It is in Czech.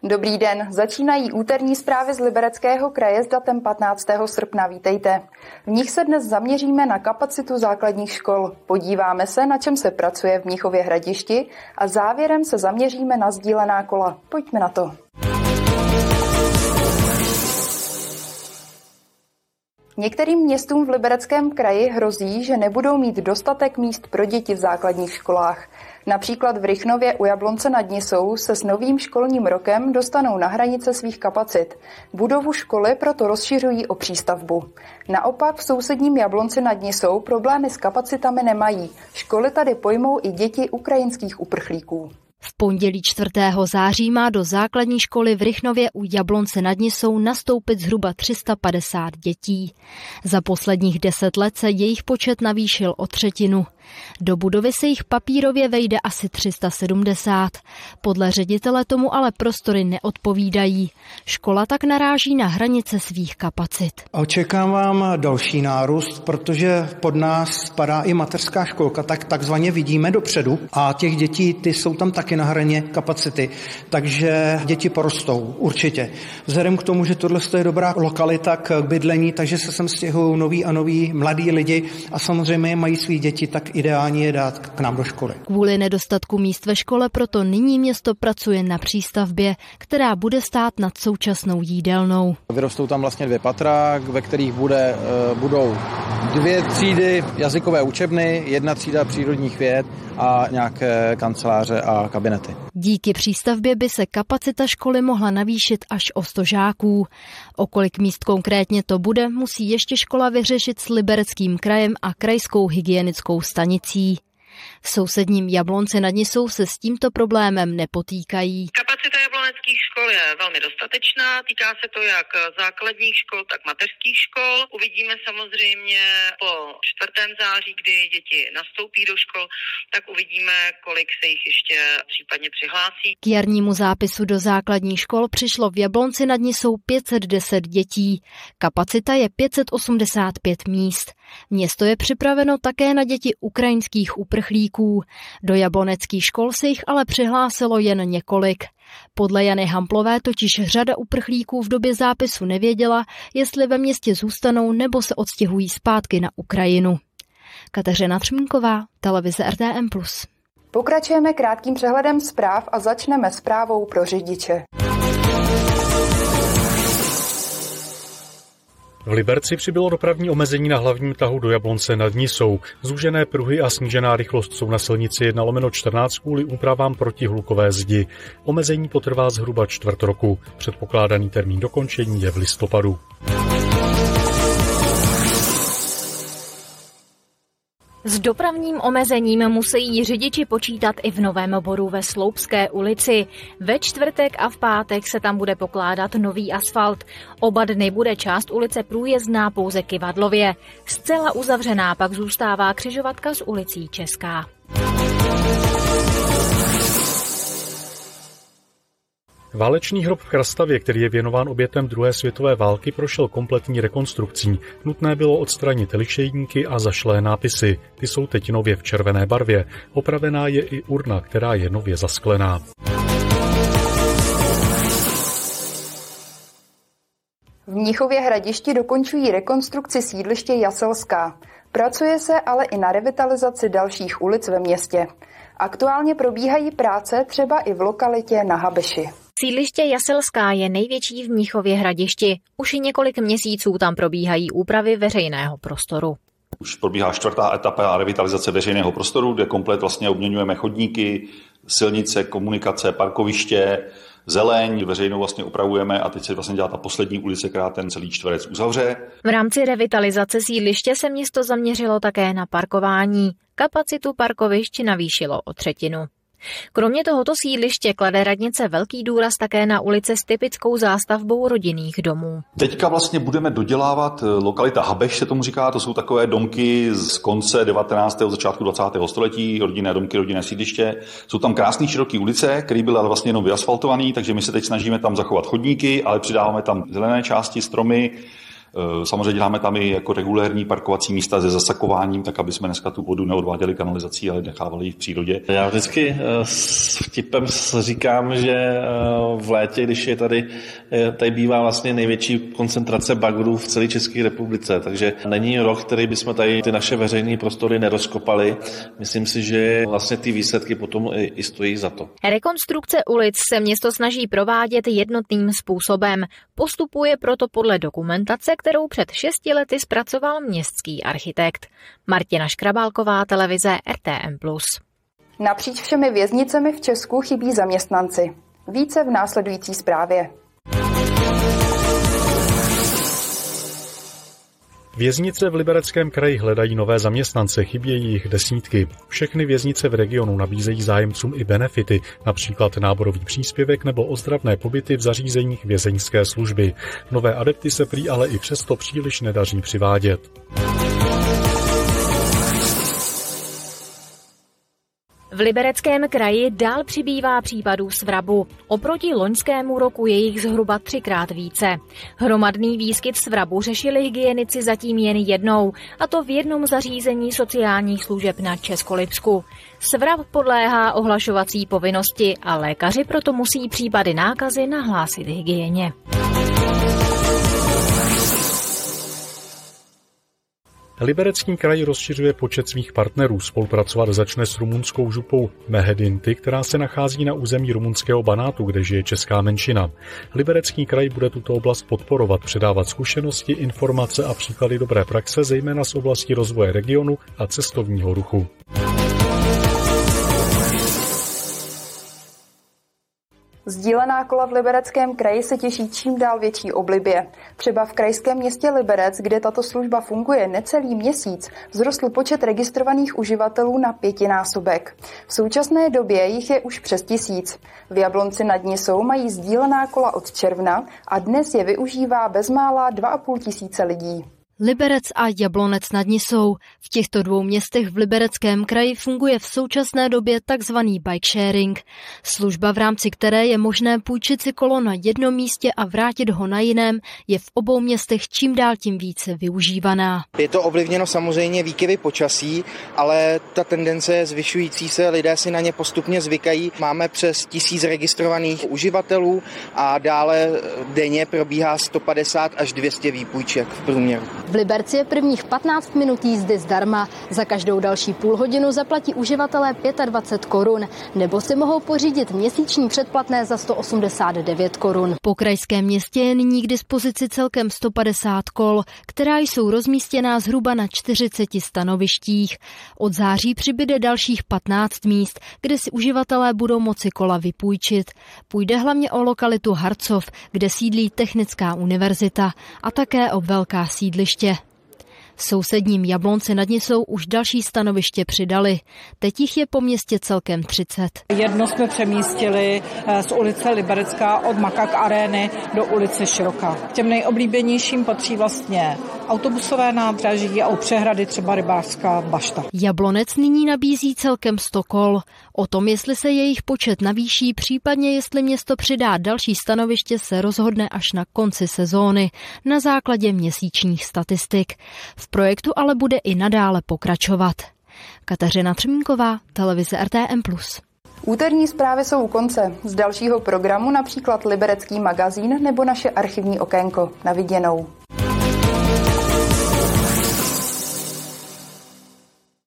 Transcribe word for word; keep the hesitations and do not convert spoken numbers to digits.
Dobrý den, začínají úterní zprávy z Libereckého kraje s datem patnáctého srpna. Vítejte. V nich se dnes zaměříme na kapacitu základních škol. Podíváme se, na čem se pracuje v Mnichově Hradišti a závěrem se zaměříme na sdílená kola. Pojďme na to. Některým městům v Libereckém kraji hrozí, že nebudou mít dostatek míst pro děti v základních školách. Například v Rychnově u Jablonce nad Nisou se s novým školním rokem dostanou na hranice svých kapacit. Budovu školy proto rozšiřují o přístavbu. Naopak v sousedním Jablonci nad Nisou problémy s kapacitami nemají. Školy tady pojmou i děti ukrajinských uprchlíků. V pondělí čtvrtého září má do základní školy v Rychnově u Jablonce nad Nisou nastoupit zhruba tři sta padesát dětí. Za posledních deset let se jejich počet navýšil o třetinu. Do budovy se jich papírově vejde asi tři sta sedmdesát. Podle ředitele tomu ale prostory neodpovídají. Škola tak naráží na hranice svých kapacit. Očekávám další nárůst, protože pod nás spadá i mateřská školka, tak takzvaně vidíme dopředu a těch dětí, ty jsou tam taky na hraně kapacity, takže děti porostou, určitě. Vzhledem k tomu, že tohle je dobrá lokalita k bydlení, takže se sem stěhují noví a noví mladí lidi a samozřejmě mají svý děti, tak ideální je dát k nám do školy. Kvůli nedostatku míst ve škole proto nyní město pracuje na přístavbě, která bude stát nad současnou jídelnou. Vyrostou tam vlastně dvě patra, ve kterých bude, budou dvě třídy jazykové učebny, jedna třída přírodních věd a nějaké kanceláře a kabinety. Díky přístavbě by se kapacita školy mohla navýšit až o sto žáků. O kolik míst konkrétně to bude, musí ještě škola vyřešit s Libereckým krajem a krajskou hygienickou stanicí. V sousedním Jablonci nad Nisou se s tímto problémem nepotýkají. Kapacita jabloneckých škol je velmi dostatečná, týká se to jak základních škol, tak mateřských škol. Uvidíme samozřejmě po čtvrtém září, kdy děti nastoupí do škol, tak uvidíme, kolik se jich ještě případně přihlásí. K jarnímu zápisu do základních škol přišlo v Jablonci nad Nisou pět set deset dětí. Kapacita je pět set osmdesát pět míst. Město je připraveno také na děti ukrajinských uprchlíků. Do jabloneckých škol se jich ale přihlásilo jen několik. Podle Jany Hamplové totiž řada uprchlíků v době zápisu nevěděla, jestli ve městě zůstanou nebo se odstěhují zpátky na Ukrajinu. Kateřina Třmínková, televize R T M plus. Pokračujeme krátkým přehledem zpráv a začneme zprávou pro řidiče. V Liberci přibylo dopravní omezení na hlavním tahu do Jablonce nad Nisou. Zúžené pruhy a snížená rychlost jsou na silnici jedna lomeno čtrnáct kvůli úpravám proti hlukové zdi. Omezení potrvá zhruba čtvrt roku. Předpokládaný termín dokončení je v listopadu. S dopravním omezením musí řidiči počítat i v Novém Boru ve Sloupské ulici. Ve čtvrtek a v pátek se tam bude pokládat nový asfalt. Oba dny bude část ulice průjezdná pouze kyvadlově. Zcela uzavřená pak zůstává křižovatka s ulicí Česká. Válečný hrob v Chrastavě, který je věnován obětem druhé světové války, prošel kompletní rekonstrukcí. Nutné bylo odstranit lišejníky a zašlé nápisy. Ty jsou teď nově v červené barvě. Opravená je i urna, která je nově zasklená. V Mnichově Hradišti dokončují rekonstrukci sídliště Jaselská. Pracuje se ale i na revitalizaci dalších ulic ve městě. Aktuálně probíhají práce třeba i v lokalitě na Habeši. Sídliště Jaselská je největší v Mnichově Hradišti. Už několik měsíců tam probíhají úpravy veřejného prostoru. Už probíhá čtvrtá etapa revitalizace veřejného prostoru, kde komplet vlastně obměňujeme chodníky, silnice, komunikace, parkoviště, zeleň, veřejnou vlastně upravujeme a teď se vlastně dělá ta poslední ulice, která ten celý čtverec uzavře. V rámci revitalizace sídliště se město zaměřilo také na parkování. Kapacitu parkovišť navýšilo o třetinu. Kromě tohoto sídliště klade radnice velký důraz také na ulice s typickou zástavbou rodinných domů. Teďka vlastně budeme dodělávat lokalita Habeš, se tomu říká, to jsou takové domky z konce devatenáctého začátku dvacátého století, rodinné domky, rodinné sídliště. Jsou tam krásné široké ulice, které byly ale vlastně jenom vyasfaltované, takže my se teď snažíme tam zachovat chodníky, ale přidáváme tam zelené části, stromy, Samozřejmě děláme tam i jako regulérní parkovací místa se zasakováním, tak aby jsme dneska tu vodu neodváděli kanalizací, ale nechávali ji v přírodě. Já vždycky s vtipem říkám, že v létě, když je tady, tady bývá vlastně největší koncentrace bagrů v celé České republice, takže není rok, který bychom tady ty naše veřejné prostory nerozkopali. Myslím si, že vlastně ty výsledky potom i stojí za to. Rekonstrukce ulic se město snaží provádět jednotným způsobem. Postupuje proto podle dokumentace, kterou před šesti lety zpracoval městský architekt. Martina Škrabálková, televize R T M plus. Napříč všemi věznicemi v Česku chybí zaměstnanci. Více v následující zprávě. Věznice v Libereckém kraji hledají nové zaměstnance, chybějí jich desítky. Všechny věznice v regionu nabízejí zájemcům i benefity, například náborový příspěvek nebo ozdravné pobyty v zařízeních vězeňské služby. Nové adepty se prý ale i přesto příliš nedaří přivádět. V Libereckém kraji dál přibývá případů svrabu. Oproti loňskému roku je jich zhruba třikrát více. Hromadný výskyt svrabu řešili hygienici zatím jen jednou, a to v jednom zařízení sociálních služeb na Českolipsku. Svrab podléhá ohlašovací povinnosti a lékaři proto musí případy nákazy nahlásit hygieně. Liberecký kraj rozšiřuje počet svých partnerů. Spolupracovat začne s rumunskou župou Mehedinty, která se nachází na území rumunského Banátu, kde žije česká menšina. Liberecký kraj bude tuto oblast podporovat, předávat zkušenosti, informace a příklady dobré praxe, zejména z oblasti rozvoje regionu a cestovního ruchu. Sdílená kola v Libereckém kraji se těší čím dál větší oblibě. Třeba v krajském městě Liberec, kde tato služba funguje necelý měsíc, vzrostl počet registrovaných uživatelů na pětinásobek. V současné době jich je už přes tisíc. V Jablonci nad Nisou mají sdílená kola od června a dnes je využívá bezmála dva a půl tisíce lidí. Liberec a Jablonec nad Nisou. V těchto dvou městech v Libereckém kraji funguje v současné době takzvaný bike sharing. Služba, v rámci které je možné půjčit si kolo na jednom místě a vrátit ho na jiném, je v obou městech čím dál tím více využívaná. Je to ovlivněno samozřejmě výkyvy počasí, ale ta tendence je zvyšující se, lidé si na ně postupně zvykají. Máme přes tisíc registrovaných uživatelů a dále denně probíhá sto padesát až dvě stě výpůjček v průměru. V Liberci je prvních patnáct minut jízdy zdarma. Za každou další půl hodinu zaplatí uživatelé dvacet pět korun, nebo si mohou pořídit měsíční předplatné za sto osmdesát devět korun. Po krajském městě je nyní k dispozici celkem sto padesát kol, která jsou rozmístěná zhruba na čtyřiceti stanovištích. Od září přibyde dalších patnáct míst, kde si uživatelé budou moci kola vypůjčit. Půjde hlavně o lokalitu Harcov, kde sídlí Technická univerzita, a také o velká sídliště. V sousedním Jablonci nad Nisou už další stanoviště přidali. Teď jich je po městě celkem třicet. Jedno jsme přemístili z ulice Liberecká od Makak Arény do ulice Široká. K těm nejoblíbenějším patří vlastně autobusové nádraží a u přehrady třeba rybářská bašta. Jablonec nyní nabízí celkem sto kol. O tom, jestli se jejich počet navýší, případně jestli město přidá další stanoviště, se rozhodne až na konci sezóny na základě měsíčních statistik. V projektu ale bude i nadále pokračovat. Kateřina Třmínková, televize R T M plus. Úterní zprávy jsou u konce. Z dalšího programu například Liberecký magazín nebo naše archivní okénko. Na viděnou.